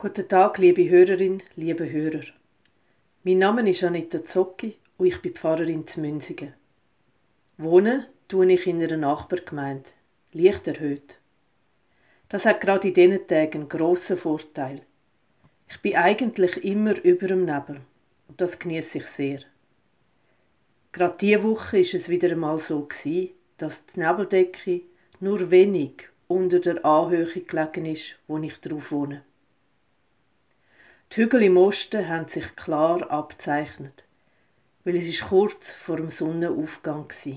Guten Tag, liebe Hörerin, liebe Hörer. Mein Name ist Anita Zocchi und ich bin Pfarrerin zu Münzigen. Wohnen tue ich in einer Nachbargemeinde, leicht erhöht. Das hat gerade in diesen Tagen einen grossen Vorteil. Ich bin eigentlich immer über dem Nebel und das genieße ich sehr. Gerade diese Woche war es wieder einmal so, dass die Nebeldecke nur wenig unter der Anhöhe gelegen ist, wo ich drauf wohne. Die Hügel im Osten haben sich klar abgezeichnet, weil es kurz vor dem Sonnenaufgang war.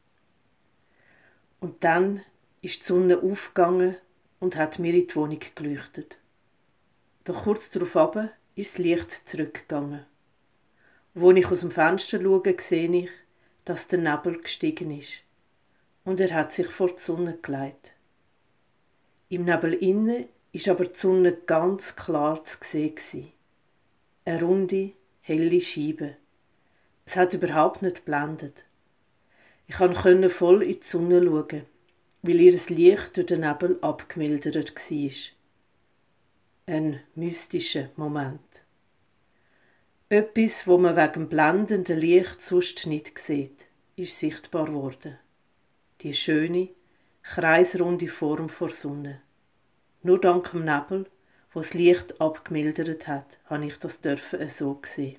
Und dann ist die Sonne aufgegangen und hat mir in die Wohnung geleuchtet. Doch kurz darauf ist das Licht zurückgegangen. Als ich aus dem Fenster schaue, sehe ich, dass der Nebel gestiegen ist. Und er hat sich vor die Sonne gelegt. Im Nebel innen war aber die Sonne ganz klar zu sehen. Eine runde, helle Scheibe. Es hat überhaupt nicht geblendet. Ich konnte voll in die Sonne schauen, weil ihr Licht durch den Nebel abgemildert war. Ein mystischer Moment. Etwas, wo man wegen dem blendenden Licht sonst nicht sieht, ist sichtbar geworden. Die schöne, kreisrunde Form der Sonne. Nur dank dem Nebel, wo das Licht abgemildert hat, habe ich das so gesehen.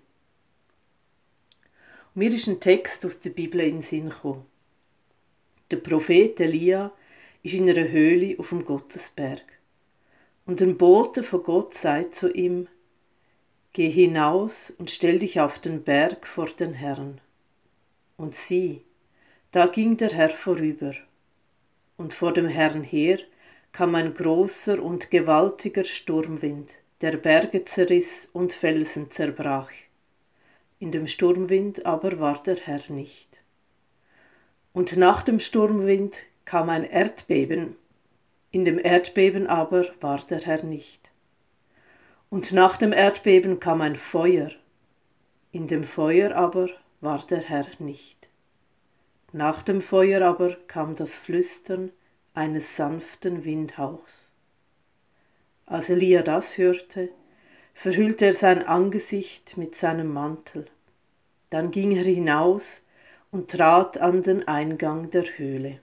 Und mir ist ein Text aus der Bibel in den Sinn gekommen. Der Prophet Elia ist in einer Höhle auf dem Gottesberg. Und ein Bote von Gott sagt zu ihm: Geh hinaus und stell dich auf den Berg vor den Herrn. Und sieh, da ging der Herr vorüber. Und vor dem Herrn her kam ein großer und gewaltiger Sturmwind, der Berge zerriss und Felsen zerbrach. In dem Sturmwind aber war der Herr nicht. Und nach dem Sturmwind kam ein Erdbeben, in dem Erdbeben aber war der Herr nicht. Und nach dem Erdbeben kam ein Feuer, in dem Feuer aber war der Herr nicht. Nach dem Feuer aber kam das Flüstern eines sanften Windhauchs. Als Elia das hörte, verhüllte er sein Angesicht mit seinem Mantel. Dann ging er hinaus und trat an den Eingang der Höhle.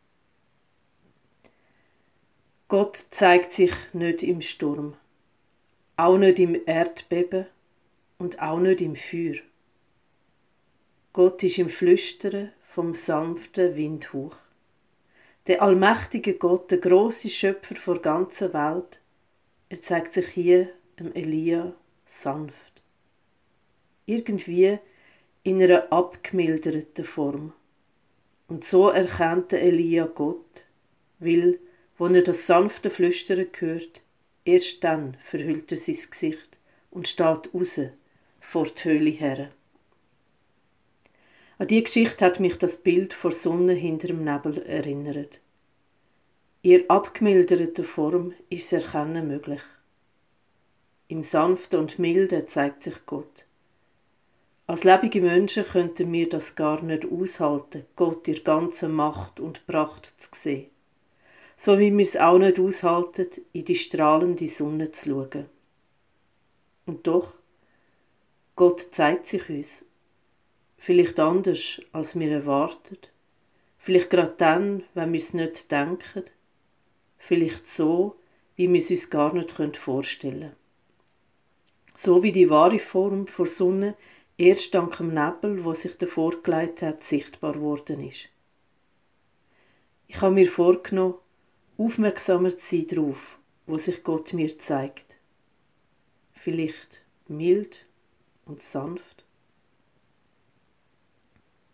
Gott zeigt sich nicht im Sturm, auch nicht im Erdbeben und auch nicht im Feuer. Gott ist im Flüstern vom sanften Windhauch. Der allmächtige Gott, der grosse Schöpfer der ganzen Welt, er zeigt sich hier dem Elia sanft. Irgendwie in einer abgemilderten Form. Und so erkennt Elia Gott, weil, als er das sanfte Flüstern hört, erst dann verhüllt er sein Gesicht und steht raus vor die Höhle her. An diese Geschichte hat mich das Bild vor Sonne hinter dem Nebel erinnert. In ihrer abgemilderten Form ist das Erkennen möglich. Im Sanften und Milden zeigt sich Gott. Als lebende Menschen könnten wir das gar nicht aushalten, Gott in ganzer Macht und Pracht zu sehen. So wie wir es auch nicht aushalten, in die strahlende Sonne zu schauen. Und doch, Gott zeigt sich uns. Vielleicht anders, als wir erwarten. Vielleicht gerade dann, wenn wir es nicht denken. Vielleicht so, wie wir es uns gar nicht vorstellen können. So wie die wahre Form der Sonne erst dank dem Nebel, wo sich davor gelegt hat, sichtbar geworden ist. Ich habe mir vorgenommen, aufmerksamer zu sein darauf, wo sich Gott mir zeigt. Vielleicht mild und sanft.